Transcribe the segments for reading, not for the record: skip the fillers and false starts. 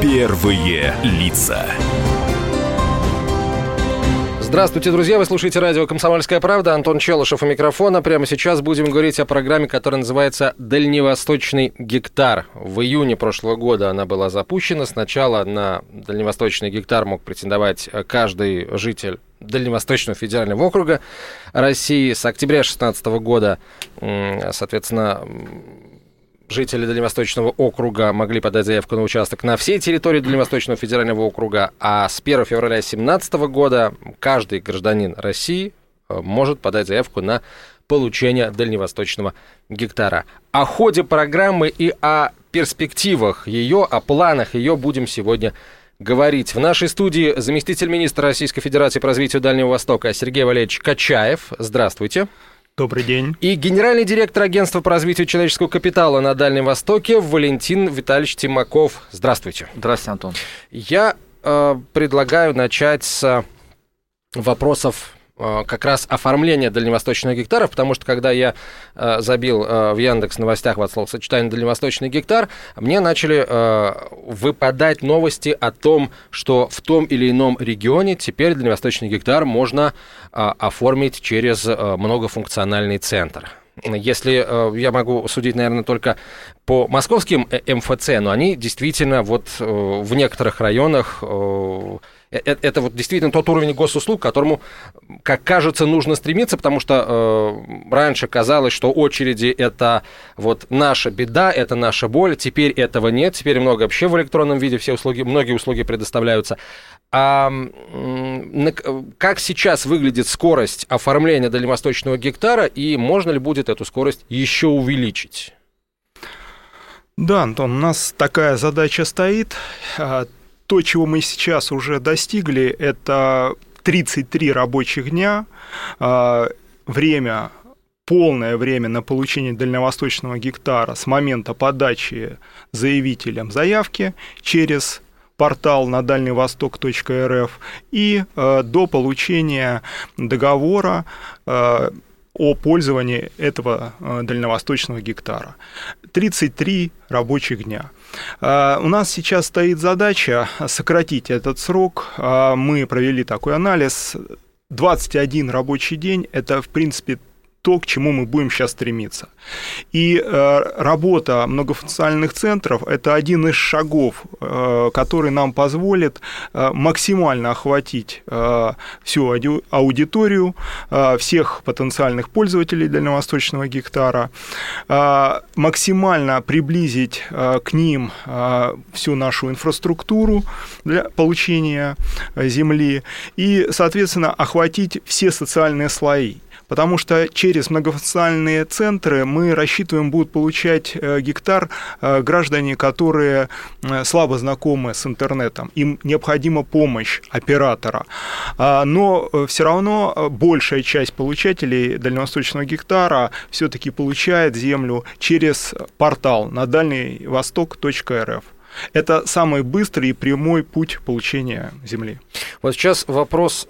Первые лица. Здравствуйте, друзья! Вы слушаете радио «Комсомольская правда». Антон Челышев у микрофона. Прямо сейчас будем говорить о программе, которая называется «Дальневосточный гектар». В июне прошлого года она была запущена. Сначала на Дальневосточный гектар мог претендовать каждый житель Дальневосточного федерального округа России. С октября 2016 года, соответственно, жители Дальневосточного округа могли подать заявку на участок на всей территории Дальневосточного федерального округа, а с 1 февраля 2017 года каждый гражданин России может подать заявку на получение Дальневосточного гектара. О ходе программы и о перспективах ее, о планах ее будем сегодня говорить. В нашей студии заместитель министра Российской Федерации по развитию Дальнего Востока Сергей Валерьевич Качаев. Здравствуйте. Добрый день. И генеральный директор Агентства по развитию человеческого капитала на Дальнем Востоке Валентин Витальевич Тимаков. Здравствуйте. Здравствуйте, Антон. Я предлагаю начать с вопросов как раз оформления дальневосточных гектаров, потому что когда я забил в Яндекс.Новостях вот словосочетание «дальневосточный гектар», мне начали выпадать новости о том, что в том или ином регионе теперь дальневосточный гектар можно оформить через многофункциональный центр. Если я могу судить, наверное, только по московским МФЦ, но они действительно вот в некоторых районах это вот действительно тот уровень госуслуг, к которому, как кажется, нужно стремиться, потому что раньше казалось, что очереди – это вот наша беда, это наша боль. Теперь этого нет, теперь много вообще в электронном виде многие услуги предоставляются. А как сейчас выглядит скорость оформления дальневосточного гектара, и можно ли будет эту скорость еще увеличить? Да, Антон, у нас такая задача стоит. То, чего мы сейчас уже достигли, это 33 рабочих дня, полное время на получение дальневосточного гектара с момента подачи заявителям заявки через портал на дальневосток.рф и до получения договора о пользовании этого дальневосточного гектара. 33 рабочих дня. У нас сейчас стоит задача сократить этот срок. Мы провели такой анализ. 21 рабочий день – это, в принципе, то, к чему мы будем сейчас стремиться. И работа многофункциональных центров – это один из шагов, который нам позволит максимально охватить всю аудиторию, всех потенциальных пользователей дальневосточного гектара, максимально приблизить к ним всю нашу инфраструктуру для получения земли и, соответственно, охватить все социальные слои. Потому что через многофункциональные центры мы рассчитываем, будут получать гектар граждане, которые слабо знакомы с интернетом. Им необходима помощь оператора. Но все равно большая часть получателей дальневосточного гектара все-таки получает землю через портал на дальневосток.рф. Это самый быстрый и прямой путь получения земли. Вот сейчас вопрос...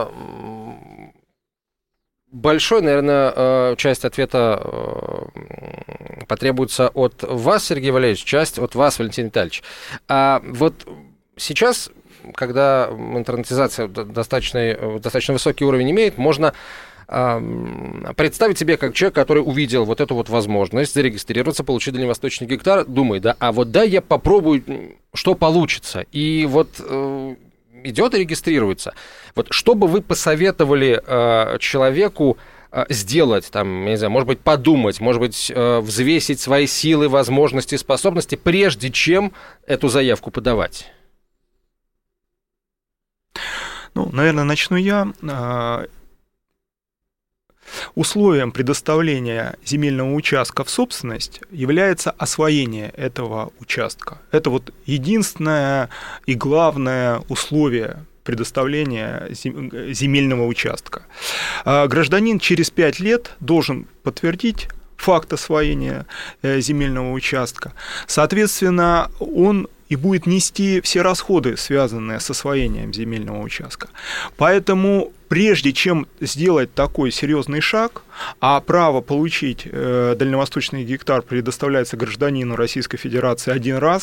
Большой, наверное, часть ответа потребуется от вас, Сергей Валерьевич, часть от вас, Валентин Витальевич. А вот сейчас, когда интернетизация достаточно высокий уровень имеет, можно представить себе как человек, который увидел вот эту вот возможность зарегистрироваться, получить дальневосточный гектар, думает, я попробую, что получится. И вот... идет и регистрируется. Вот что бы вы посоветовали человеку сделать, там, я не знаю, может быть, подумать, может быть, взвесить свои силы, возможности, способности, прежде чем эту заявку подавать? Ну, наверное, начну я. Условием предоставления земельного участка в собственность является освоение этого участка. Это вот единственное и главное условие предоставления земельного участка. Гражданин через 5 лет должен подтвердить факт освоения земельного участка. Соответственно, он и будет нести все расходы, связанные с освоением земельного участка. Поэтому прежде чем сделать такой серьезный шаг, а право получить дальневосточный гектар предоставляется гражданину Российской Федерации один раз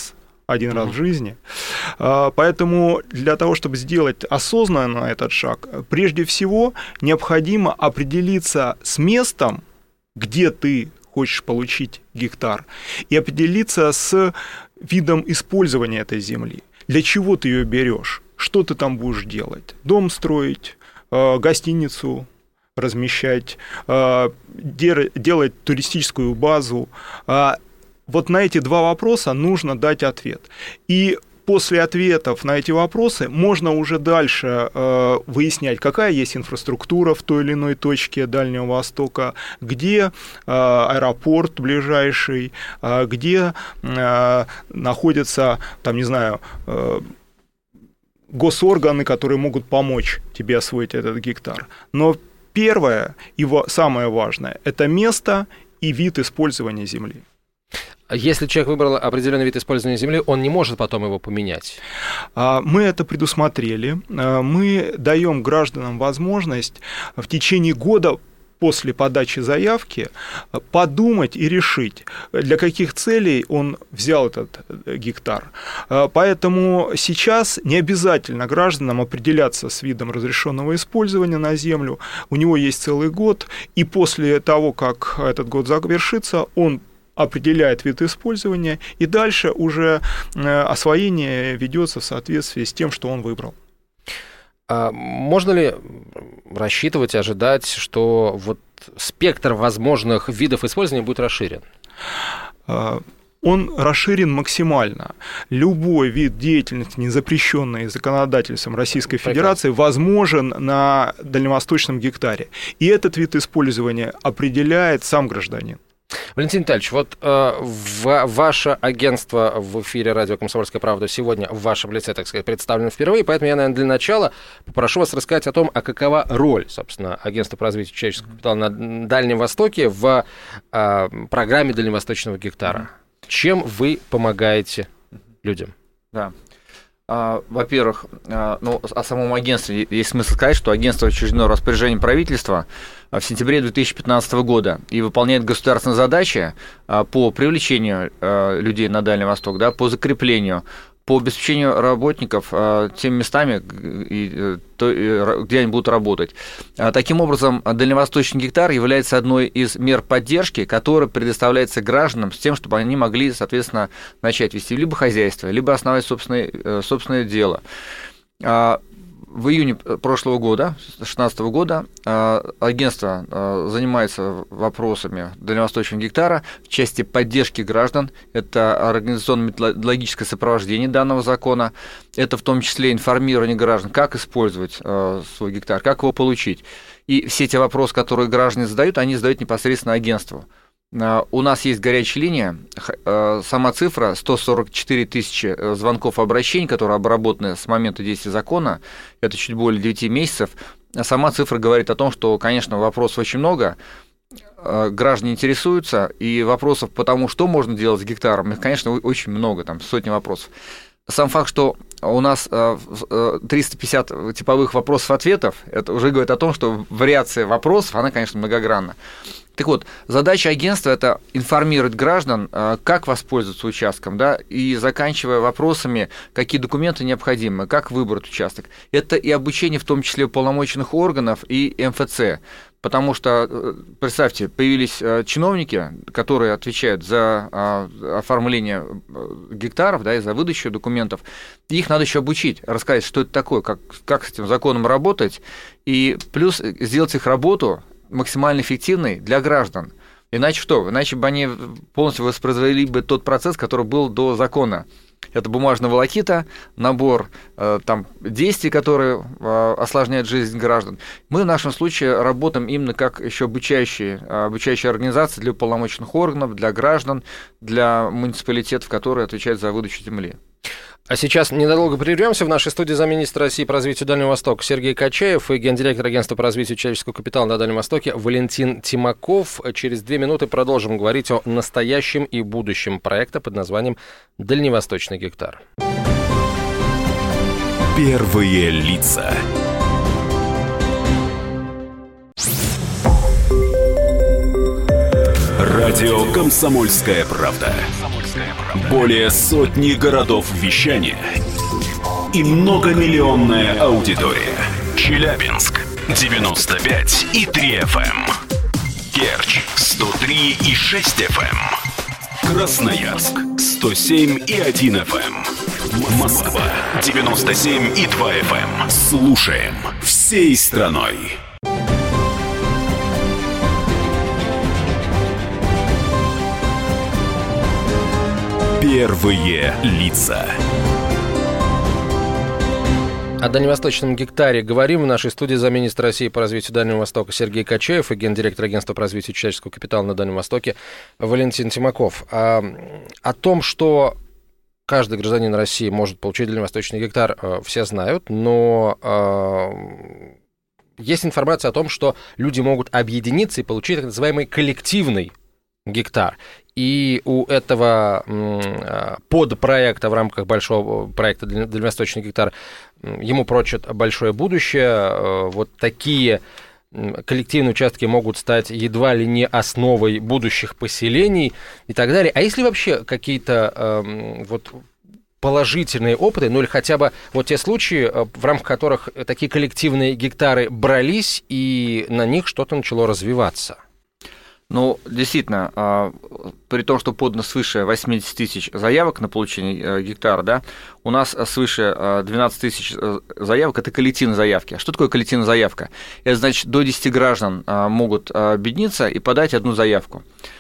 один раз в жизни. Поэтому для того, чтобы сделать осознанно этот шаг, прежде всего необходимо определиться с местом, где ты хочешь получить гектар, и определиться с видом использования этой земли. Для чего ты ее берешь? Что ты там будешь делать? Дом строить, гостиницу размещать, делать туристическую базу. Вот на эти два вопроса нужно дать ответ. И после ответов на эти вопросы можно уже дальше выяснять, какая есть инфраструктура в той или иной точке Дальнего Востока, где аэропорт ближайший, где находятся, там, не знаю, госорганы, которые могут помочь тебе освоить этот гектар. Но первое и самое важное – это место и вид использования земли. Если человек выбрал определенный вид использования земли, он не может потом его поменять? Мы это предусмотрели. Мы даем гражданам возможность в течение года после подачи заявки подумать и решить, для каких целей он взял этот гектар. Поэтому сейчас не обязательно гражданам определяться с видом разрешенного использования на землю. У него есть целый год, и после того, как этот год завершится, он определяет вид использования, и дальше уже освоение ведется в соответствии с тем, что он выбрал. А можно ли рассчитывать, ожидать, что вот спектр возможных видов использования будет расширен? Он расширен максимально. Любой вид деятельности, не запрещенный законодательством Российской Федерации, возможен на дальневосточном гектаре. И этот вид использования определяет сам гражданин. Валентин Витальевич, вот ваше агентство в эфире радио «Комсомольская правда» сегодня в вашем лице, так сказать, представлено впервые, поэтому я, наверное, для начала попрошу вас рассказать о том, а какова роль, собственно, Агентства по развитию человеческого капитала на Дальнем Востоке в программе дальневосточного гектара. Чем вы помогаете людям? Да. Во-первых, о самом агентстве есть смысл сказать, что агентство учреждено распоряжением правительства в сентябре 2015 года и выполняет государственные задачи по привлечению людей на Дальний Восток, да, по закреплению, по обеспечению работников теми местами, где они будут работать. Таким образом, дальневосточный гектар является одной из мер поддержки, которая предоставляется гражданам с тем, чтобы они могли, соответственно, начать вести либо хозяйство, либо основать собственное дело. В июне прошлого года, 2016 года, агентство занимается вопросами дальневосточного гектара в части поддержки граждан. Это организационно-методологическое сопровождение данного закона. Это в том числе информирование граждан, как использовать свой гектар, как его получить. И все те вопросы, которые граждане задают, они задают непосредственно агентству. У нас есть горячая линия, сама цифра 144 тысячи звонков и обращений, которые обработаны с момента действия закона, это чуть более 9 месяцев. Сама цифра говорит о том, что, конечно, вопросов очень много, граждане интересуются, и вопросов по тому, что можно делать с гектаром, их, конечно, очень много, там сотни вопросов. Сам факт, что у нас 350 типовых вопросов-ответов, это уже говорит о том, что вариация вопросов, она, конечно, многогранна. Так вот, задача агентства – это информировать граждан, как воспользоваться участком, да, и заканчивая вопросами, какие документы необходимы, как выбрать участок. Это и обучение, в том числе уполномоченных органов и МФЦ. Потому что, представьте, появились чиновники, которые отвечают за оформление гектаров, да, и за выдачу документов, и их надо еще обучить, рассказать, что это такое, как с этим законом работать, и плюс сделать их работу максимально эффективной для граждан. Иначе что? Иначе бы они полностью воспроизвели бы тот процесс, который был до закона. Это бумажная волокита, набор действий, которые осложняют жизнь граждан. Мы в нашем случае работаем именно как еще обучающая организация для уполномоченных органов, для граждан, для муниципалитетов, которые отвечают за выдачу земли. А сейчас ненадолго прервемся. В нашей студии замминистра России по развитию Дальнего Востока Сергей Качаев и гендиректор Агентства по развитию человеческого капитала на Дальнем Востоке Валентин Тимаков. Через 2 минуты продолжим говорить о настоящем и будущем проекта под названием «Дальневосточный гектар». Первые лица. Радио «Комсомольская правда». Более сотни городов вещания и многомиллионная аудитория. Челябинск 95,3 FM. Керчь 103,6 FM. Красноярск 107,1 FM. Москва 97,2 FM. Слушаем всей страной. Первые лица. О дальневосточном гектаре говорим. В нашей студии замминистра России по развитию Дальнего Востока Сергей Качаев и гендиректор Агентства по развитию человеческого капитала на Дальнем Востоке Валентин Тимаков. О том, что каждый гражданин России может получить дальневосточный гектар, все знают, но есть информация о том, что люди могут объединиться и получить так называемый коллективный гектар. И у этого подпроекта в рамках большого проекта «Дальневосточный гектар» ему прочат большое будущее. Вот такие коллективные участки могут стать едва ли не основой будущих поселений и так далее. А есть ли вообще какие-то вот положительные опыты, ну или хотя бы вот те случаи, в рамках которых такие коллективные гектары брались, и на них что-то начало развиваться? Ну, действительно, при том, что подано свыше 80 тысяч заявок на получение гектара, да, у нас свыше 12 тысяч заявок – это коллективные заявки. А что такое коллективная заявка? Это значит, до 10 граждан могут объединиться и подать одну заявку.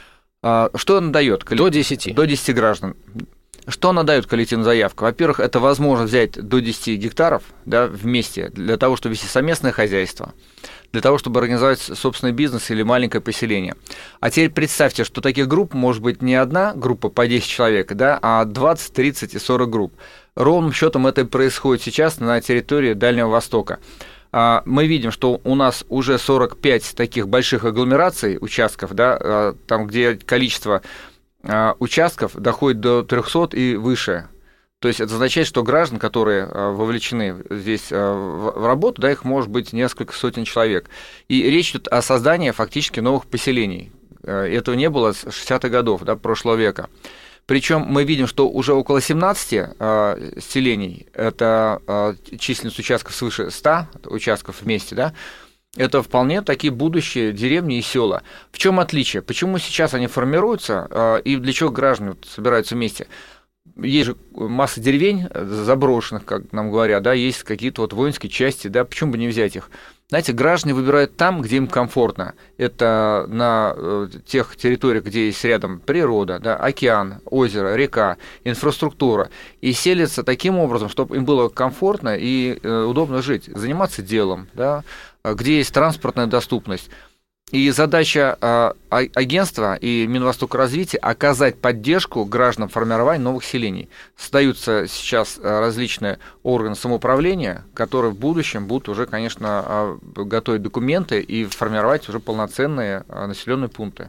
Что она дает? До 10? До 10 граждан. Что она дает, коллективная заявка? Во-первых, это возможность взять до 10 гектаров, да, вместе для того, чтобы вести совместное хозяйство, для того, чтобы организовать собственный бизнес или маленькое поселение. А теперь представьте, что таких групп может быть не одна группа по 10 человек, да, а 20, 30 и 40 групп. Ровным счетом это происходит сейчас на территории Дальнего Востока. Мы видим, что у нас уже 45 таких больших агломераций, участков, да, там, где количество участков доходит до 300 и выше. То есть это означает, что граждан, которые вовлечены здесь в работу, да, их может быть несколько сотен человек. И речь идет о создании фактически новых поселений. Этого не было с 60-х годов, да, прошлого века. Причем мы видим, что уже около 17 селений, это численность участков свыше 100 участков вместе, да, это вполне такие будущие деревни и села. В чем отличие? Почему сейчас они формируются и для чего граждане собираются вместе? Есть же масса деревень заброшенных, как нам говорят, да, есть какие-то вот воинские части, да, почему бы не взять их? Знаете, граждане выбирают там, где им комфортно. Это на тех территориях, где есть рядом природа, да, океан, озеро, река, инфраструктура. И селятся таким образом, чтобы им было комфортно и удобно жить, заниматься делом, да, где есть транспортная доступность. И задача агентства и Минвостокразвития – оказать поддержку гражданам формирования новых селений. Создаются сейчас различные органы самоуправления, которые в будущем будут уже, конечно, готовить документы и формировать уже полноценные населенные пункты.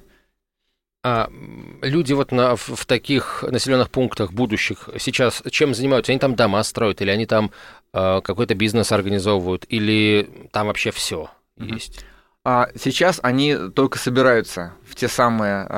А люди вот в таких населенных пунктах будущих сейчас чем занимаются? Они там дома строят, или они там какой-то бизнес организовывают, или там вообще все есть? Сейчас они только собираются в те самые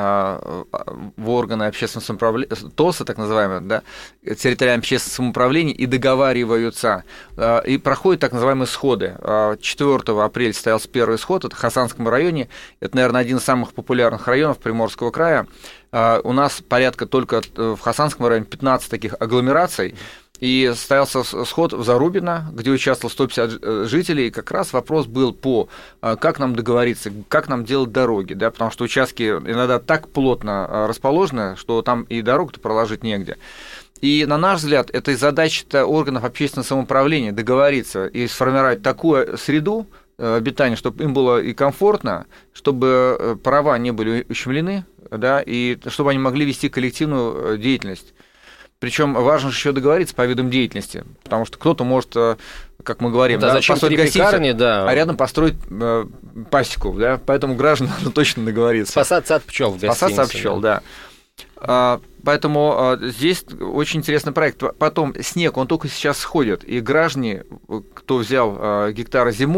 в органы общественного самоуправления, ТОСы, так называемые, да, территориальное общественное самоуправление, и договариваются. И проходят так называемые сходы. 4 апреля состоялся первый сход, это в Хасанском районе. Это, наверное, один из самых популярных районов Приморского края. У нас порядка только в Хасанском районе 15 таких агломераций. И состоялся сход в Зарубино, где участвовало 150 жителей, и как раз вопрос был по как нам договориться, как нам делать дороги, да, потому что участки иногда так плотно расположены, что там и дорогу-то проложить негде. И, на наш взгляд, это и задача органов общественного самоуправления договориться и сформировать такую среду обитания, чтобы им было и комфортно, чтобы права не были ущемлены, да, и чтобы они могли вести коллективную деятельность. Причем важно еще договориться по видам деятельности, потому что кто-то может, как мы говорим, да, построить гостиницу, да, а рядом построить пасеку, да, поэтому гражданам нужно точно договориться. Спасаться от пчел в гостинице. Спасаться от пчел, да. Поэтому здесь очень интересный проект. Потом снег, он только сейчас сходит, и граждане, кто взял гектары зимой,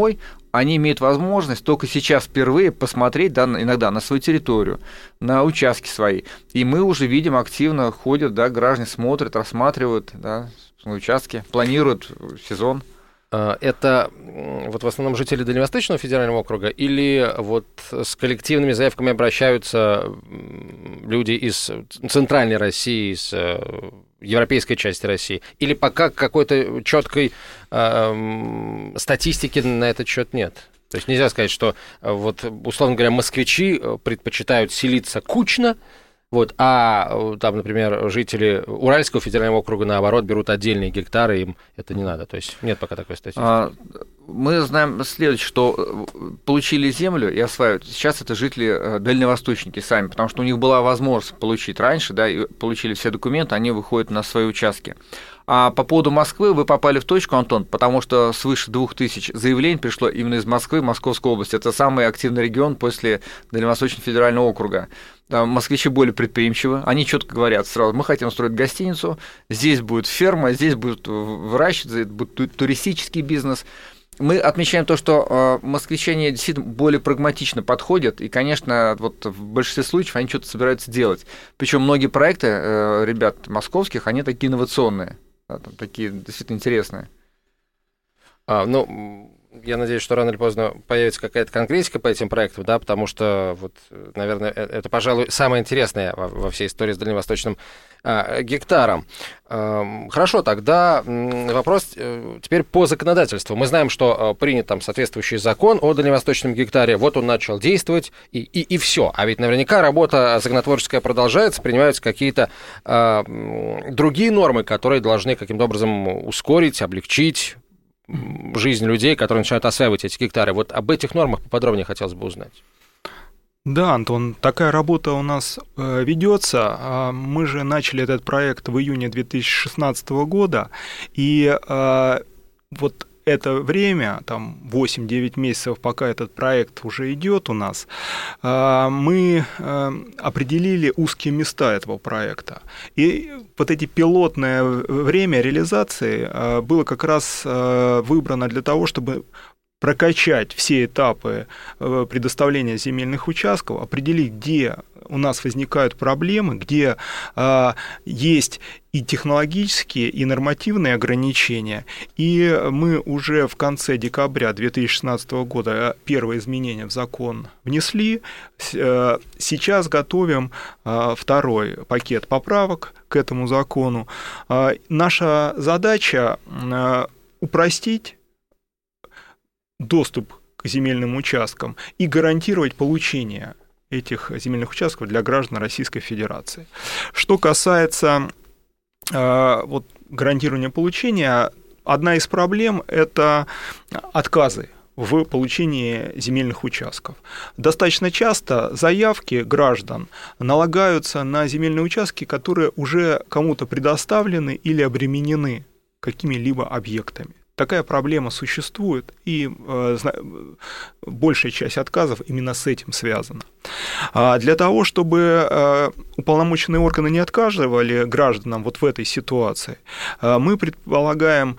они имеют возможность только сейчас впервые посмотреть, да, иногда на свою территорию, на участки свои. И мы уже видим, активно ходят, да, граждане смотрят, рассматривают, да, участки, планируют сезон. Это вот в основном жители Дальневосточного федерального округа или вот с коллективными заявками обращаются люди из центральной России, из европейской части России? Или пока какой-то четкой статистики на этот счет нет? То есть нельзя сказать, что вот, условно говоря, москвичи предпочитают селиться кучно, вот, а там, например, жители Уральского федерального округа, наоборот, берут отдельные гектары, им это не надо. То есть нет пока такой статистики. Мы знаем следующее, что получили землю и осваивают. Сейчас это жители дальневосточники сами, потому что у них была возможность получить раньше, да, и получили все документы, они выходят на свои участки. А по поводу Москвы вы попали в точку, Антон, потому что свыше 2000 заявлений пришло именно из Москвы, Московской области. Это самый активный регион после Дальневосточного федерального округа. Там москвичи более предприимчивы, они четко говорят сразу: мы хотим строить гостиницу, здесь будет ферма, здесь будут выращивать, будет туристический бизнес. Мы отмечаем то, что москвичане действительно более прагматично подходят, и, конечно, вот в большинстве случаев они что-то собираются делать. Причем многие проекты ребят московских, они такие инновационные, да, там, такие действительно интересные. Я надеюсь, что рано или поздно появится какая-то конкретика по этим проектам, да, потому что, вот, наверное, это, пожалуй, самое интересное во всей истории с дальневосточным гектаром. Хорошо, тогда вопрос теперь по законодательству. Мы знаем, что принят там соответствующий закон о дальневосточном гектаре, вот он начал действовать, и все. А ведь наверняка работа законотворческая продолжается, принимаются какие-то другие нормы, которые должны каким-то образом ускорить, облегчить жизнь людей, которые начинают осваивать эти гектары. Вот об этих нормах поподробнее хотелось бы узнать. Да, Антон, такая работа у нас ведется. Мы же начали этот проект в июне 2016 года, и вот это время, там 8-9 месяцев, пока этот проект уже идет у нас, мы определили узкие места этого проекта. И вот эти пилотное время реализации было как раз выбрано для того, чтобы прокачать все этапы предоставления земельных участков, определить, где у нас возникают проблемы, где есть и технологические, и нормативные ограничения. И мы уже в конце декабря 2016 года первые изменения в закон внесли. Сейчас готовим второй пакет поправок к этому закону. Наша задача упростить доступ к земельным участкам и гарантировать получение этих земельных участков для граждан Российской Федерации. Что касается вот, гарантирования получения, одна из проблем – это отказы в получении земельных участков. Достаточно часто заявки граждан налагаются на земельные участки, которые уже кому-то предоставлены или обременены какими-либо объектами. Такая проблема существует, и большая часть отказов именно с этим связана. Для того, чтобы уполномоченные органы не отказывали гражданам вот в этой ситуации, мы предполагаем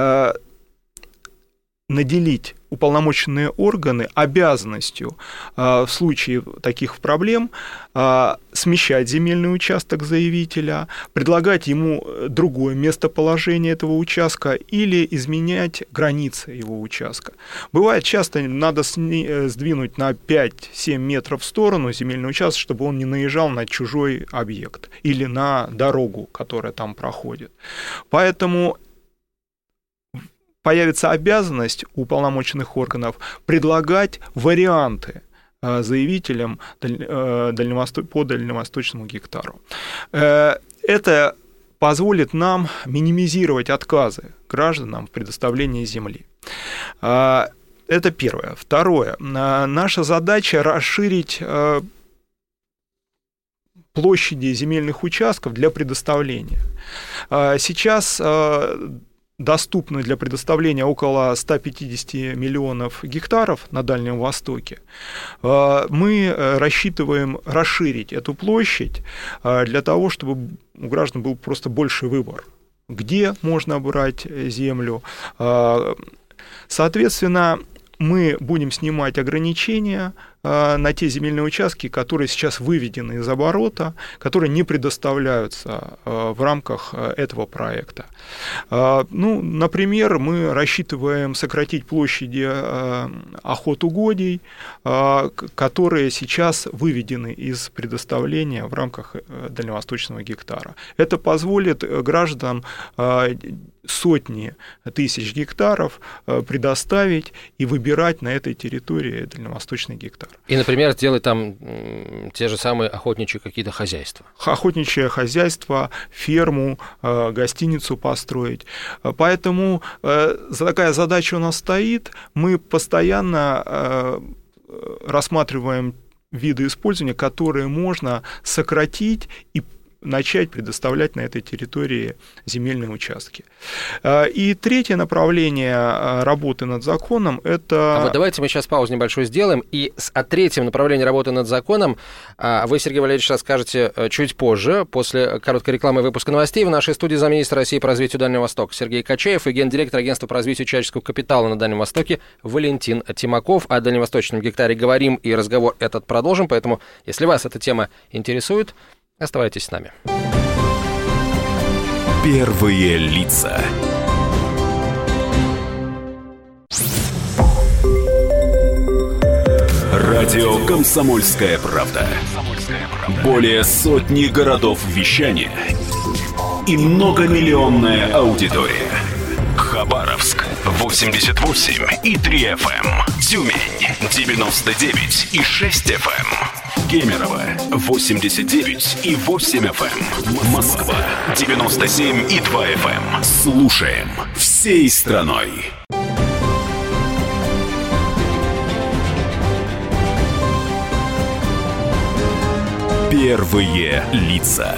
наделить уполномоченные органы обязанностью в случае таких проблем смещать земельный участок заявителя, предлагать ему другое местоположение этого участка или изменять границы его участка. Бывает, часто надо сдвинуть на 5-7 метров в сторону земельный участок, чтобы он не наезжал на чужой объект или на дорогу, которая там проходит. Поэтому появится обязанность у уполномоченных органов предлагать варианты заявителям по дальневосточному гектару. Это позволит нам минимизировать отказы гражданам в предоставлении земли. Это первое. Второе. Наша задача расширить площади земельных участков для предоставления. Сейчас доступны для предоставления около 150 миллионов гектаров на Дальнем Востоке. Мы рассчитываем расширить эту площадь для того, чтобы у граждан был просто больший выбор, где можно брать землю. Соответственно, мы будем снимать ограничения на те земельные участки, которые сейчас выведены из оборота, которые не предоставляются в рамках этого проекта. Ну, например, мы рассчитываем сократить площади охотугодий, которые сейчас выведены из предоставления в рамках дальневосточного гектара. Это позволит гражданам сотни тысяч гектаров предоставить и выбирать на этой территории дальневосточный гектар. И, например, сделать там те же самые охотничьи какие-то хозяйства. Охотничье хозяйство, ферму, гостиницу построить. Поэтому такая задача у нас стоит. Мы постоянно рассматриваем виды использования, которые можно сократить и начать предоставлять на этой территории земельные участки. И третье направление работы над законом – это… Вот давайте мы сейчас паузу небольшую сделаем, и о третьем направлении работы над законом вы, Сергей Валерьевич, расскажете чуть позже, после короткой рекламы и выпуска новостей. В нашей студии замминистра России по развитию Дальнего Востока Сергей Качаев и гендиректор Агентства по развитию человеческого капитала на Дальнем Востоке Валентин Тимаков. О дальневосточном гектаре говорим, и разговор этот продолжим, поэтому, если вас эта тема интересует, оставайтесь с нами. Первые лица. Радио «Комсомольская правда». Более сотни городов вещания и многомиллионная аудитория. Хабаровск 88,3 FM. Тюмень 99,6 FM. Кемерово 89,8 FM. Москва 97,2 FM. Слушаем всей страной. Первые лица.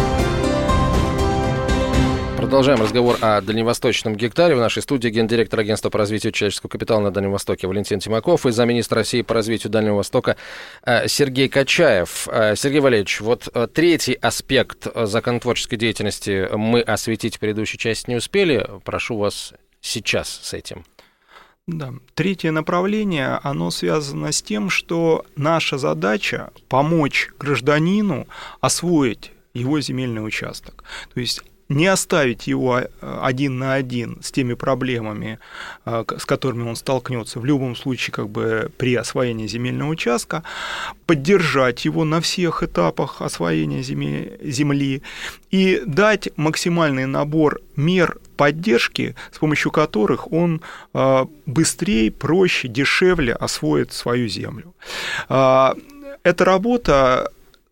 Продолжаем разговор о дальневосточном гектаре. В нашей студии гендиректор Агентства по развитию человеческого капитала на Дальнем Востоке Валентин Тимаков и замминистра России по развитию Дальнего Востока Сергей Качаев. Сергей Валерьевич, вот третий аспект законотворческой деятельности мы осветить в предыдущей части не успели. Прошу вас сейчас с этим. Да. Третье направление, оно связано с тем, что наша задача помочь гражданину освоить его земельный участок. То есть не оставить его один на один с теми проблемами, с которыми он столкнется в любом случае как бы при освоении земельного участка, поддержать его на всех этапах освоения земли и дать максимальный набор мер поддержки, с помощью которых он быстрее, проще, дешевле освоит свою землю. Эта работа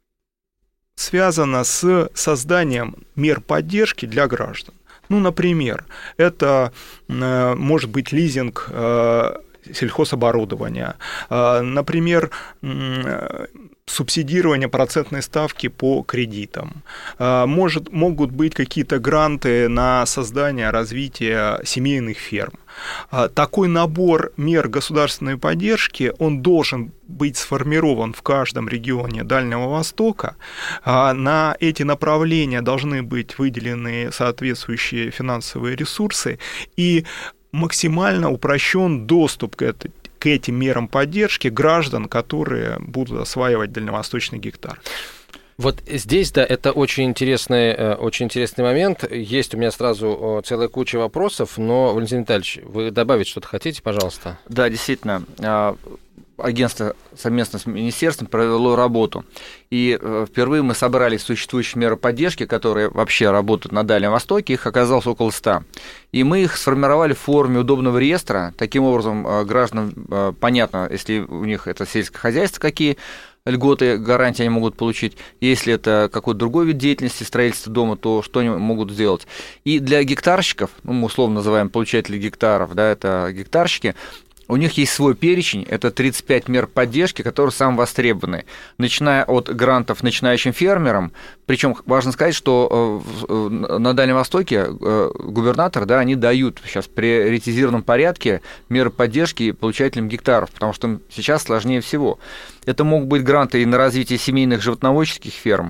связано с созданием мер поддержки для граждан. Ну, например, это может быть лизинг сельхозоборудования, например, субсидирование процентной ставки по кредитам, могут быть какие-то гранты на создание, развитие семейных ферм. Такой набор мер государственной поддержки, он должен быть сформирован в каждом регионе Дальнего Востока. На эти направления должны быть выделены соответствующие финансовые ресурсы и максимально упрощен доступ к этим мерам поддержки граждан, которые будут осваивать дальневосточный гектар. Вот здесь, да, это очень интересный момент. Есть у меня сразу целая куча вопросов, но, Валентин Витальевич, вы добавить что-то хотите, пожалуйста? Да, действительно. Агентство совместно с министерством провело работу. И впервые мы собрали существующие меры поддержки, которые вообще работают на Дальнем Востоке, их оказалось около 100. И мы их сформировали в форме удобного реестра. Таким образом, гражданам понятно, если у них это сельское хозяйство, какие льготы, гарантии они могут получить. Если это какой-то другой вид деятельности, строительство дома, то что они могут сделать. И для гектарщиков, мы условно называем получателей гектаров, да, это гектарщики, у них есть свой перечень, это 35 мер поддержки, которые самые востребованные, начиная от грантов начинающим фермерам, причем важно сказать, что на Дальнем Востоке губернаторы, да, они дают сейчас в приоритизированном порядке меры поддержки получателям гектаров, потому что им сейчас сложнее всего. Это могут быть гранты и на развитие семейных животноводческих ферм,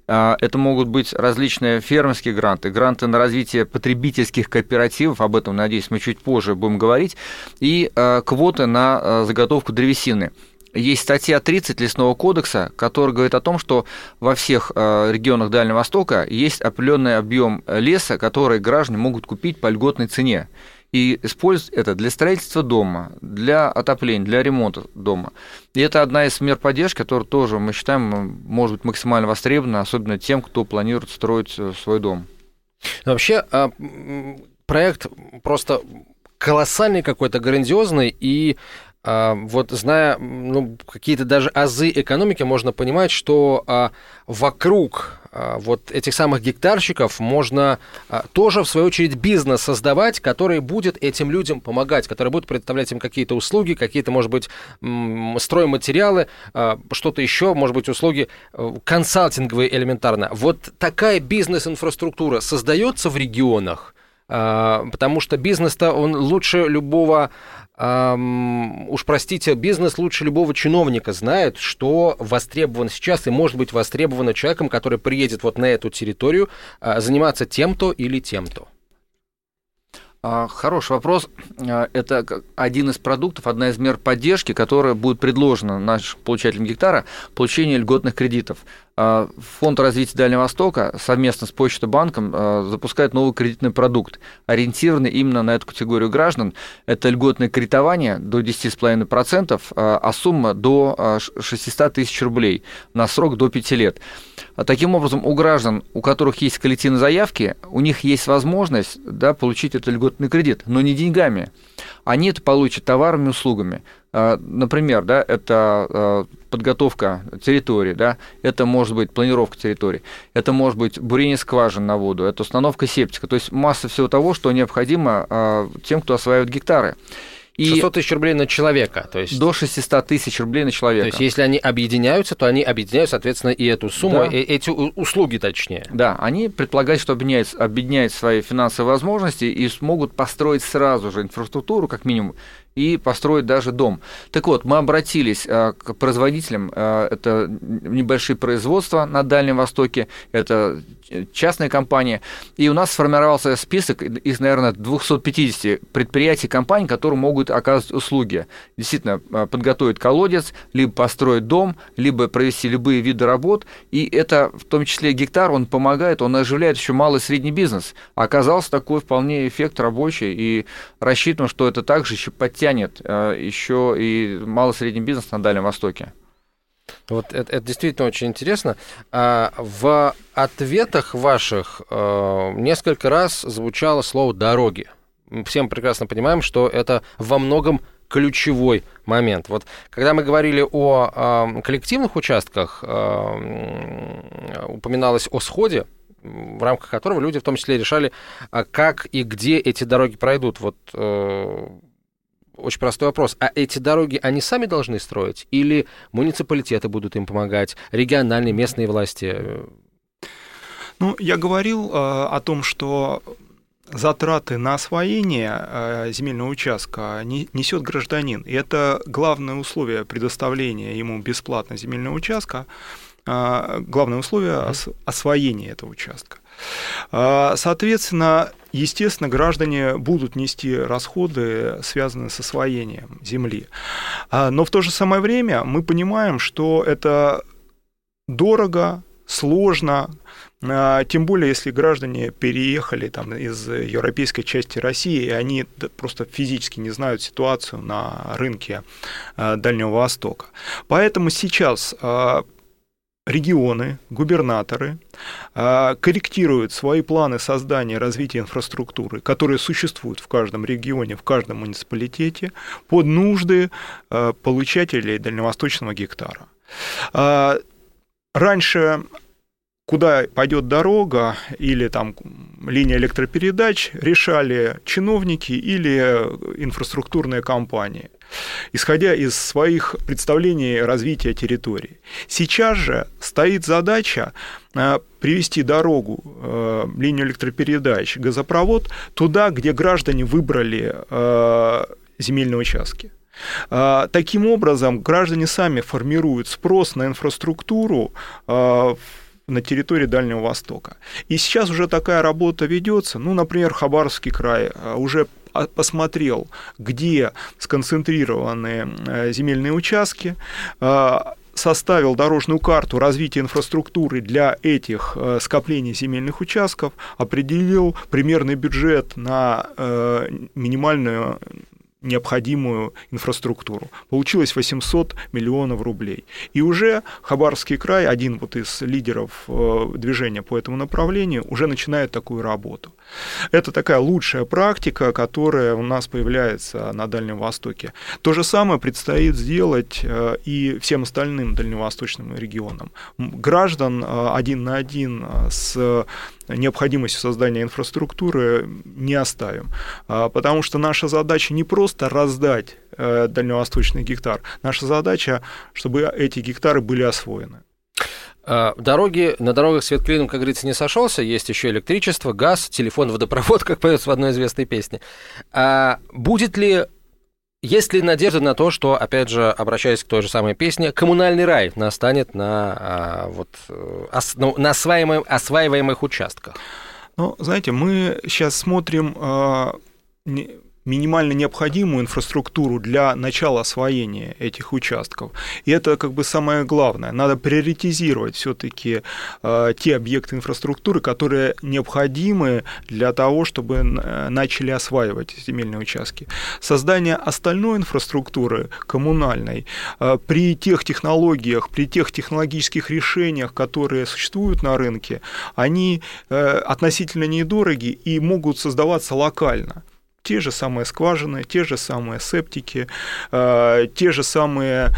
Это могут быть различные фермерские гранты, гранты на развитие потребительских кооперативов, об этом, надеюсь, мы чуть позже будем говорить, и квоты на заготовку древесины. Есть статья 30 Лесного кодекса, которая говорит о том, что во всех регионах Дальнего Востока есть определенный объем леса, который граждане могут купить по льготной цене. И использовать это для строительства дома, для отопления, для ремонта дома. И это одна из мер поддержки, которая тоже, мы считаем, может быть максимально востребована, особенно тем, кто планирует строить свой дом. Вообще, проект просто колоссальный какой-то, грандиозный, и вот зная какие-то даже азы экономики, можно понимать, что вокруг вот этих самых гектарщиков можно тоже, в свою очередь, бизнес создавать, который будет этим людям помогать, который будет предоставлять им какие-то услуги, какие-то, может быть, стройматериалы, что-то еще, может быть, услуги консалтинговые элементарно. Вот такая бизнес-инфраструктура создается в регионах, потому что бизнес-то, он лучше любого... уж простите, бизнес лучше любого чиновника знает, что востребовано сейчас и может быть востребовано человеком, который приедет вот на эту территорию заниматься тем-то или тем-то. Хороший вопрос. Это один из продуктов, одна из мер поддержки, которая будет предложена нашим получателям гектара, получение льготных кредитов. Фонд развития Дальнего Востока совместно с Почта-банком запускает новый кредитный продукт, ориентированный именно на эту категорию граждан. Это льготное кредитование до 10,5%, а сумма до 600 тысяч рублей на срок до 5 лет. Таким образом, у граждан, у которых есть коллективные заявки, у них есть возможность получить этот льготный кредит, но не деньгами. Они это получат товарами и услугами. Например, это подготовка территории, это может быть планировка территории, это может быть бурение скважин на воду, это установка септика, то есть масса всего того, что необходимо тем, кто осваивает гектары. 600 тысяч рублей на человека. То есть... До 600 тысяч рублей на человека. То есть, если они объединяются, то они объединяют, соответственно, и эту сумму, и эти услуги, точнее. Да, они предполагают, что объединяют свои финансовые возможности и смогут построить сразу же инфраструктуру, как минимум, и построить даже дом. Так вот, мы обратились к производителям, это небольшие производства на Дальнем Востоке, это частные компании, и у нас сформировался список из, наверное, 250 предприятий, компаний, которые могут оказывать услуги. Действительно, подготовить колодец, либо построить дом, либо провести любые виды работ, и это, в том числе гектар, он помогает, он оживляет еще малый и средний бизнес. Оказался такой вполне эффект рабочий, и рассчитываем, что это также еще подтянет еще и малый и средний бизнес на Дальнем Востоке. Вот это действительно очень интересно. В ответах ваших несколько раз звучало слово «дороги». Все мы прекрасно понимаем, что это во многом ключевой момент. Вот когда мы говорили о коллективных участках, упоминалось о сходе, в рамках которого люди в том числе решали, как и где эти дороги пройдут. Вот очень простой вопрос. А эти дороги они сами должны строить? Или муниципалитеты будут им помогать, региональные, местные власти? Я говорил о том, что затраты на освоение земельного участка несет гражданин. И это главное условие предоставления ему бесплатно земельного участка, главное условие освоения этого участка. Соответственно, естественно, граждане будут нести расходы, связанные с освоением земли. Но в то же самое время мы понимаем, что это дорого, сложно, тем более, если граждане переехали из европейской части России, и они просто физически не знают ситуацию на рынке Дальнего Востока. Поэтому сейчас регионы, губернаторы корректируют свои планы создания и развития инфраструктуры, которые существуют в каждом регионе, в каждом муниципалитете, под нужды получателей дальневосточного гектара. Раньше, куда пойдет дорога или линия электропередач, решали чиновники или инфраструктурные компании, исходя из своих представлений развития территории. Сейчас же стоит задача привести дорогу, линию электропередач, газопровод туда, где граждане выбрали земельные участки. Таким образом, граждане сами формируют спрос на инфраструктуру в на территории Дальнего Востока. И сейчас уже такая работа ведется. Ну, например, Хабаровский край уже посмотрел, где сконцентрированы земельные участки, составил дорожную карту развития инфраструктуры для этих скоплений земельных участков, определил примерный бюджет на минимальную необходимую инфраструктуру. Получилось 800 миллионов рублей. И уже Хабаровский край, один вот из лидеров движения по этому направлению, уже начинает такую работу. Это такая лучшая практика, которая у нас появляется на Дальнем Востоке. То же самое предстоит сделать и всем остальным дальневосточным регионам. Граждан один на один с необходимостью создания инфраструктуры не оставим, потому что наша задача не просто раздать дальневосточный гектар, наша задача, чтобы эти гектары были освоены. Дороги, на дорогах свет клином, как говорится, не сошелся, есть еще электричество, газ, телефон, водопровод, как поется в одной известной песне. Будет ли, есть ли надежда на то, что, опять же, обращаясь к той же самой песне, коммунальный рай настанет на осваиваемых участках? Ну, знаете, мы сейчас смотрим минимально необходимую инфраструктуру для начала освоения этих участков. И это как бы самое главное. Надо приоритизировать все-таки те объекты инфраструктуры, которые необходимы для того, чтобы начали осваивать земельные участки. Создание остальной инфраструктуры коммунальной при тех технологиях, при тех технологических решениях, которые существуют на рынке, они относительно недороги и могут создаваться локально. Те же самые скважины, те же самые септики, те же самые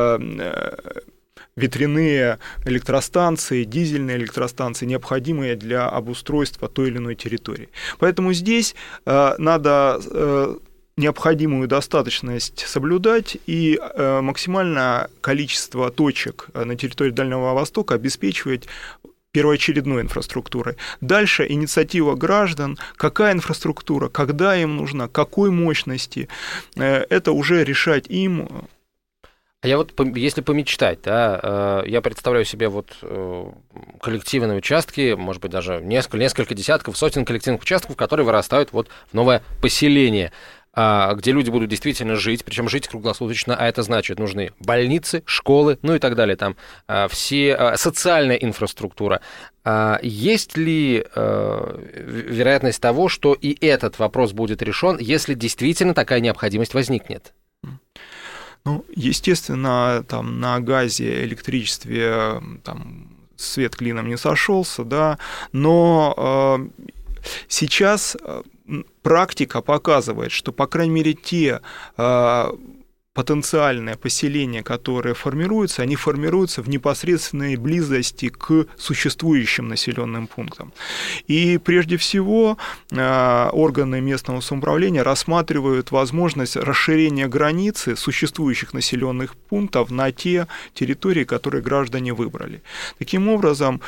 ветряные электростанции, дизельные электростанции, необходимые для обустройства той или иной территории. Поэтому здесь надо необходимую достаточность соблюдать и максимальное количество точек на территории Дальнего Востока обеспечивать первоочередной инфраструктурой. Дальше инициатива граждан, какая инфраструктура, когда им нужна, какой мощности, это уже решать им. А я вот, если помечтать, да, я представляю себе вот коллективные участки, может быть, даже несколько десятков, сотен коллективных участков, которые вырастают вот в новое поселение, где люди будут действительно жить, причем жить круглосуточно, а это значит, нужны больницы, школы, ну и так далее, там все социальная инфраструктура. Есть ли вероятность того, что и этот вопрос будет решен, если действительно такая необходимость возникнет? Ну, естественно, там на газе, электричестве там свет клином не сошелся, да, но сейчас практика показывает, что, по крайней мере, те потенциальные поселения, которые формируются, они формируются в непосредственной близости к существующим населенным пунктам. И прежде всего органы местного самоуправления рассматривают возможность расширения границы существующих населенных пунктов на те территории, которые граждане выбрали. Таким образом,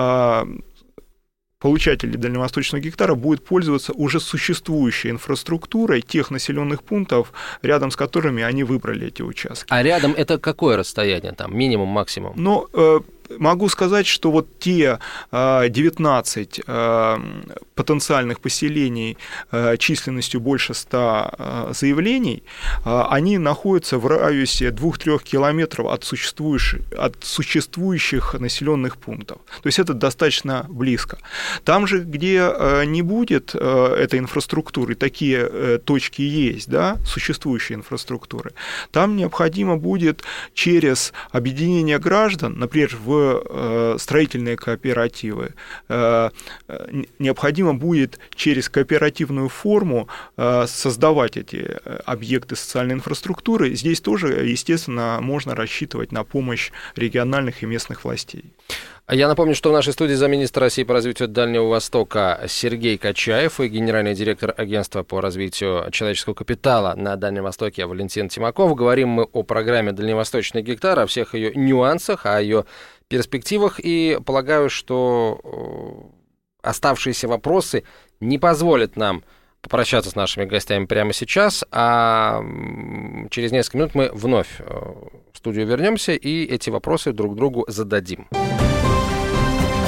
получатели дальневосточного гектара будут пользоваться уже существующей инфраструктурой тех населенных пунктов, рядом с которыми они выбрали эти участки. А рядом это какое расстояние, там, минимум, максимум? Ну, могу сказать, что вот те 19 потенциальных поселений численностью больше 100 заявлений, они находятся в радиусе 2-3 километров от существующих населенных пунктов. То есть это достаточно близко. Там же, где не будет этой инфраструктуры, такие точки есть, да, существующей инфраструктуры, там необходимо будет через объединение граждан, например, в строительные кооперативы, необходимо будет через кооперативную форму создавать эти объекты социальной инфраструктуры. Здесь тоже, естественно, можно рассчитывать на помощь региональных и местных властей. Я напомню, что в нашей студии замминистра России по развитию Дальнего Востока Сергей Качаев и генеральный директор агентства по развитию человеческого капитала на Дальнем Востоке Валентин Тимаков. Говорим мы о программе «Дальневосточный гектар», о всех ее нюансах, о ее перспективах, и полагаю, что оставшиеся вопросы не позволят нам попрощаться с нашими гостями прямо сейчас, а через несколько минут мы вновь в студию вернемся и эти вопросы друг другу зададим.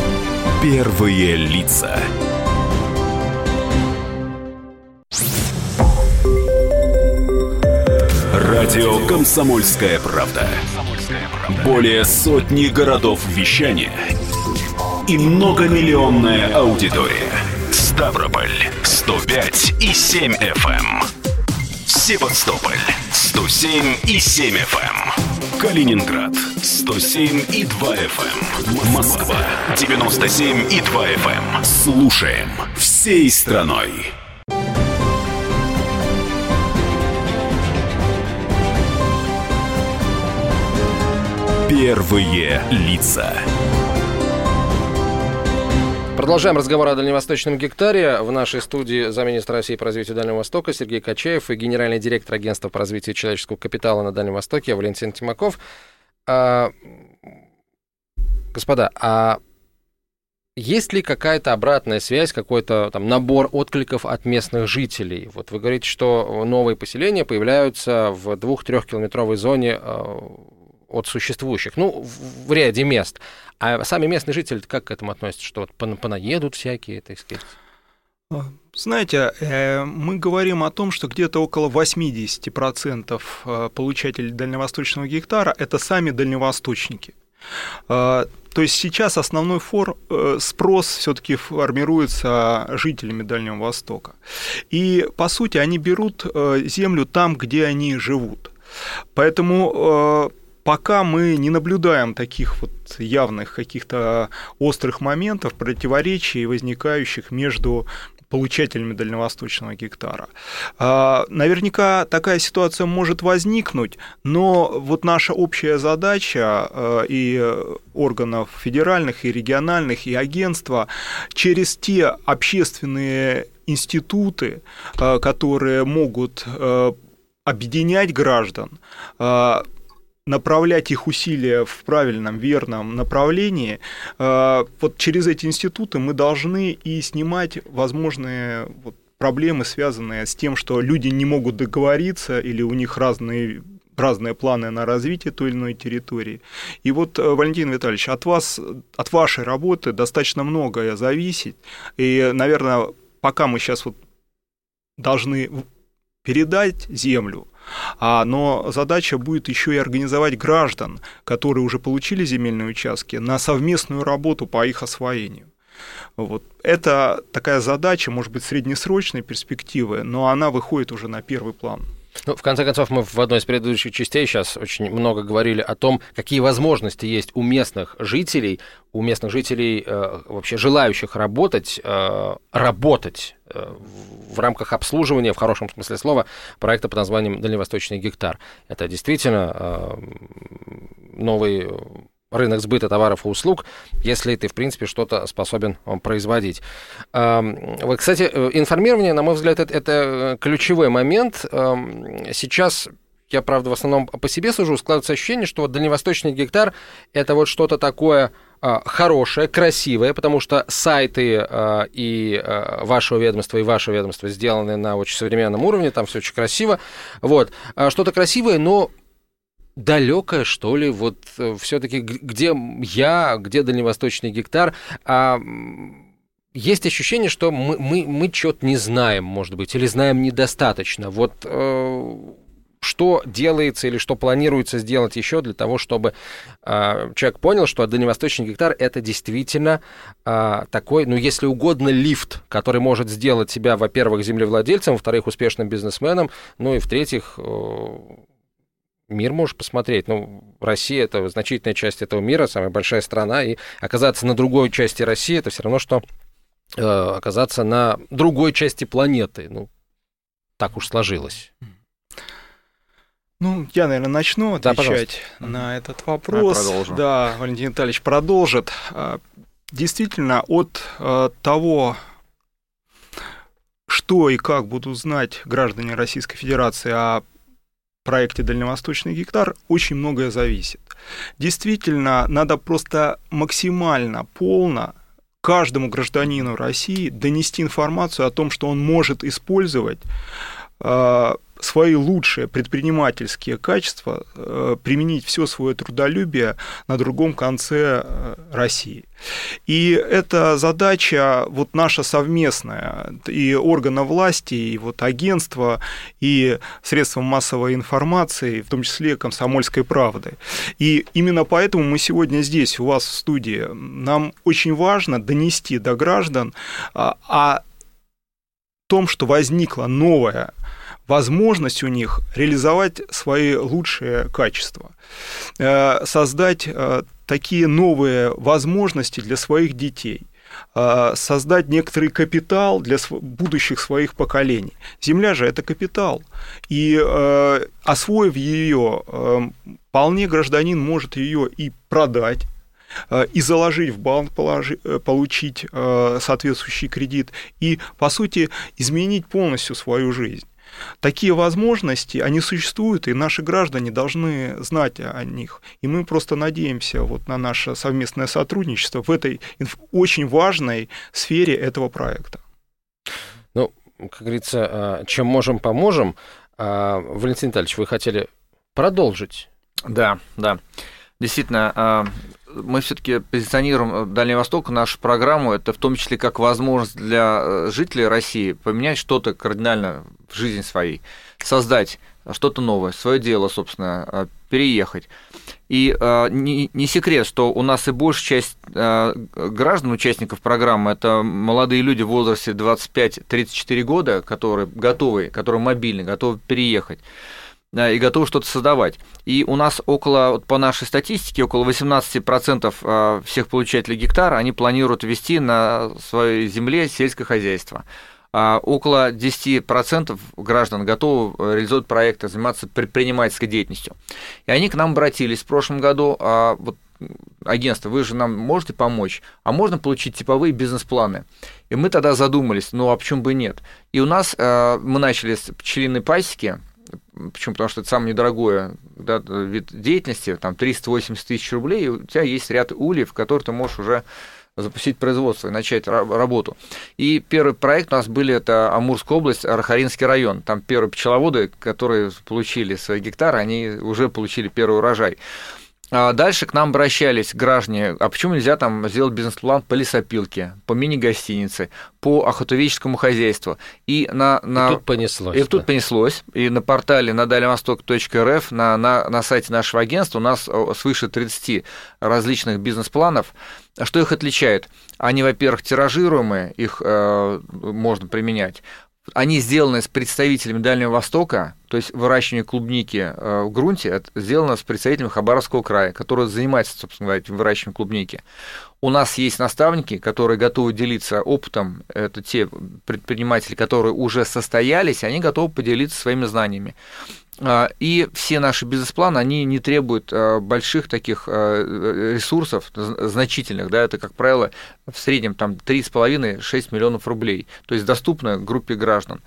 Первые лица. Радио «Комсомольская правда». Более сотни городов вещания и многомиллионная аудитория. Ставрополь 105,7 FM. Севастополь 107,7 FM. Калининград 107,2 FM. Москва 97,2 FM. Слушаем всей страной. Первые лица. Продолжаем разговор о дальневосточном гектаре. В нашей студии замминистра России по развитию Дальнего Востока Сергей Качаев и генеральный директор Агентства по развитию человеческого капитала на Дальнем Востоке Валентин Тимаков. Господа, а есть ли какая-то обратная связь, какой-то там набор откликов от местных жителей? Вот вы говорите, что новые поселения появляются в 2-3-километровой зоне от существующих, ну, в ряде мест. А сами местные жители как к этому относятся? Что вот понаедут всякие, так сказать? Знаете, мы говорим о том, что где-то около 80% получателей дальневосточного гектара – это сами дальневосточники. То есть сейчас основной спрос все-таки формируется жителями Дальнего Востока. И, по сути, они берут землю там, где они живут. Поэтому пока мы не наблюдаем таких вот явных каких-то острых моментов, противоречий, возникающих между получателями дальневосточного гектара. Наверняка такая ситуация может возникнуть, но вот наша общая задача и органов федеральных, и региональных, и агентства через те общественные институты, которые могут объединять граждан, направлять их усилия в правильном, верном направлении, вот через эти институты мы должны и снимать возможные проблемы, связанные с тем, что люди не могут договориться или у них разные планы на развитие той или иной территории. И вот, Валентин Витальевич, от вашей работы достаточно многое зависит, и, наверное, пока мы сейчас должны передать землю, но задача будет еще и организовать граждан, которые уже получили земельные участки, на совместную работу по их освоению. Вот. Это такая задача, может быть, среднесрочной перспективы, но она выходит уже на первый план. Ну, в конце концов, мы в одной из предыдущих частей сейчас очень много говорили о том, какие возможности есть у местных жителей вообще желающих работать в рамках обслуживания, в хорошем смысле слова, проекта под названием «Дальневосточный гектар». Это действительно новый рынок сбыта товаров и услуг, если ты, в принципе, что-то способен производить. Вот, кстати, информирование, на мой взгляд, это ключевой момент. Сейчас, я, правда, в основном по себе сужу, складывается ощущение, что дальневосточный гектар – это вот что-то такое хорошее, красивое, потому что сайты и вашего ведомства, и ваше ведомство сделаны на очень современном уровне, там все очень красиво. Вот. Что-то красивое, но далекое, что ли, вот все-таки где дальневосточный гектар, есть ощущение, что мы что-то не знаем, может быть, или знаем недостаточно. Вот что делается или что планируется сделать еще для того, чтобы человек понял, что дальневосточный гектар – это действительно такой, ну, если угодно, лифт, который может сделать себя, во-первых, землевладельцем, во-вторых, успешным бизнесменом, ну и в-третьих, мир можешь посмотреть. Ну, Россия – это значительная часть этого мира, самая большая страна, и оказаться на другой части России – это все равно, что оказаться на другой части планеты. Ну, так уж сложилось. Ну, я, наверное, начну отвечать на этот вопрос. Да, Валентин Витальевич продолжит. Действительно, от того, что и как будут знать граждане Российской Федерации о проекте «Дальневосточный гектар», очень многое зависит. Действительно, надо просто максимально полно каждому гражданину России донести информацию о том, что он может использовать свои лучшие предпринимательские качества, применить все свое трудолюбие на другом конце России. И эта задача вот наша совместная, и органа власти, и вот агентства, и средства массовой информации, в том числе «Комсомольской правды». И именно поэтому мы сегодня здесь, у вас в студии. Нам очень важно донести до граждан о том, что возникла новая возможность у них реализовать свои лучшие качества, создать такие новые возможности для своих детей, создать некоторый капитал для будущих своих поколений. Земля же – это капитал, и освоив ее, вполне гражданин может ее и продать, и заложить в банк, получить соответствующий кредит, и, по сути, изменить полностью свою жизнь. Такие возможности, они существуют, и наши граждане должны знать о них. И мы просто надеемся вот на наше совместное сотрудничество в этой очень важной сфере этого проекта. Ну, как говорится, чем можем, поможем. Валентин Витальевич, вы хотели продолжить? Да. Действительно, мы все-таки позиционируем Дальний Восток, нашу программу, это в том числе как возможность для жителей России поменять что-то кардинально в жизни своей, создать что-то новое, свое дело, собственно, переехать. И не секрет, что у нас и большая часть граждан, участников программы, это молодые люди в возрасте 25-34 года, которые готовы, которые мобильны, готовы переехать и готовы что-то создавать. И у нас по нашей статистике, около 18% всех получателей гектара, они планируют вести на своей земле сельское хозяйство. Около 10% граждан готовы реализовать проекты, заниматься предпринимательской деятельностью. И они к нам обратились в прошлом году, вот, агентство, вы же нам можете помочь, а можно получить типовые бизнес-планы? И мы тогда задумались, а почему бы и нет? И у нас мы начали с пчелиной пасеки. Почему? Потому что это самый недорогой вид деятельности, там 380 тысяч рублей, и у тебя есть ряд ульев, в которые ты можешь уже запустить производство и начать работу. И первый проект у нас это Амурская область, Архаринский район. Там первые пчеловоды, которые получили свои гектары, они уже получили первый урожай. А дальше к нам обращались граждане, а почему нельзя там сделать бизнес-план по лесопилке, по мини-гостинице, по охотоведческому хозяйству. И тут понеслось. Тут понеслось. И на портале на дальневосток.рф, на сайте нашего агентства у нас свыше 30 различных бизнес-планов. Что их отличает? Они, во-первых, тиражируемые, их можно применять. Они сделаны с представителями Дальнего Востока, то есть выращивание клубники в грунте, это сделано с представителями Хабаровского края, которые занимаются, собственно говоря, выращиванием клубники. У нас есть наставники, которые готовы делиться опытом, это те предприниматели, которые уже состоялись, они готовы поделиться своими знаниями. И все наши бизнес-планы, они не требуют больших таких ресурсов, значительных, да, это, как правило, в среднем там 3,5-6 миллионов рублей, то есть доступно группе граждан.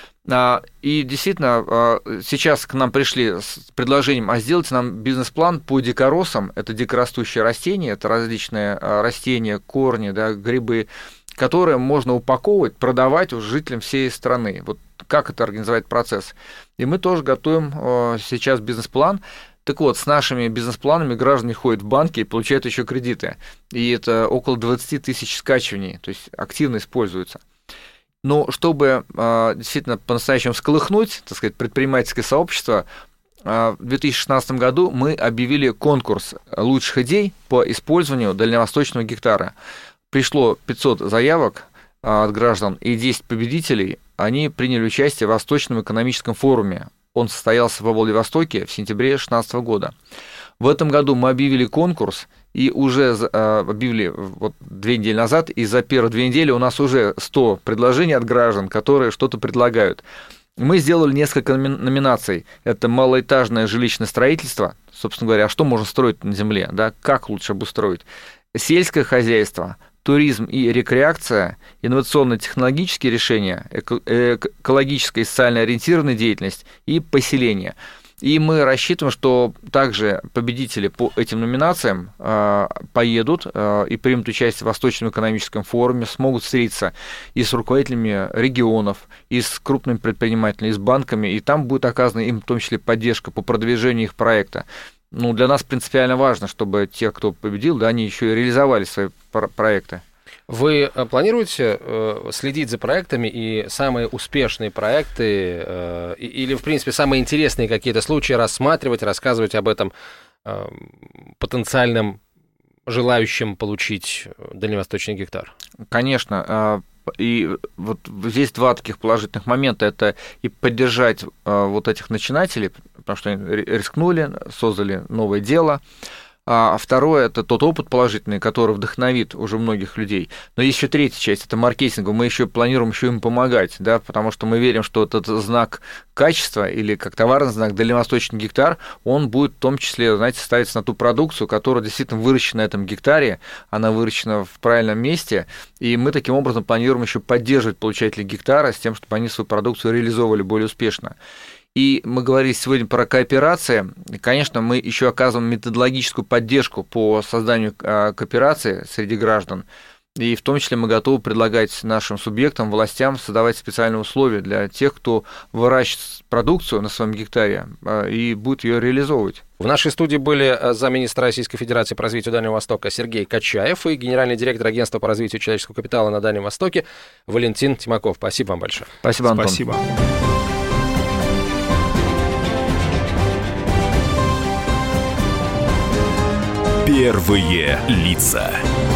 И действительно, сейчас к нам пришли с предложением, сделайте нам бизнес-план по дикоросам, это дикорастущие растения, это различные растения, корни, да, грибы, которые можно упаковывать, продавать уже жителям всей страны. Вот как это организовать процесс. И мы тоже готовим сейчас бизнес-план. Так вот, с нашими бизнес-планами граждане ходят в банки и получают еще кредиты. И это около 20 тысяч скачиваний, то есть активно используются. Но чтобы действительно по-настоящему всколыхнуть, так сказать, предпринимательское сообщество, в 2016 году мы объявили конкурс лучших идей по использованию дальневосточного гектара. Пришло 500 заявок от граждан, и 10 победителей, они приняли участие в Восточном экономическом форуме. Он состоялся во Владивостоке в сентябре 2016 года. В этом году мы объявили конкурс, и уже объявили 2 недели назад, и за первые 2 недели у нас уже 100 предложений от граждан, которые что-то предлагают. Мы сделали несколько номинаций. Это малоэтажное жилищное строительство, собственно говоря, что можно строить на земле, да, как лучше обустроить, сельское хозяйство, туризм и рекреация, инновационно-технологические решения, экологическая и социально ориентированная деятельность и поселение. И мы рассчитываем, что также победители по этим номинациям поедут и примут участие в Восточном экономическом форуме, смогут встретиться и с руководителями регионов, и с крупными предпринимателями, и с банками, и там будет оказана им в том числе поддержка по продвижению их проекта. Для нас принципиально важно, чтобы те, кто победил, да, они еще и реализовали свои проекты. Вы планируете следить за проектами и самые успешные проекты или, в принципе, самые интересные какие-то случаи рассматривать, рассказывать об этом потенциальным желающим получить дальневосточный гектар? Конечно. И вот здесь два таких положительных момента. Это и поддержать вот этих начинателей, потому что они рискнули, создали новое дело. А второе – это тот опыт положительный, который вдохновит уже многих людей. Но есть еще третья часть – это маркетинг. Мы еще планируем еще им помогать, да, потому что мы верим, что этот знак качества или как товарный знак «Дальневосточный гектар», он будет в том числе, знаете, ставиться на ту продукцию, которая действительно выращена на этом гектаре, она выращена в правильном месте, и мы таким образом планируем еще поддерживать получателей гектара с тем, чтобы они свою продукцию реализовывали более успешно. И мы говорили сегодня про кооперации. Конечно, мы еще оказываем методологическую поддержку по созданию кооперации среди граждан. И в том числе мы готовы предлагать нашим субъектам, властям создавать специальные условия для тех, кто выращивает продукцию на своем гектаре и будет ее реализовывать. В нашей студии были замминистра Российской Федерации по развитию Дальнего Востока Сергей Качаев и генеральный директор Агентства по развитию человеческого капитала на Дальнем Востоке Валентин Тимаков. Спасибо вам большое. Спасибо, Антон. Спасибо. Первые лица.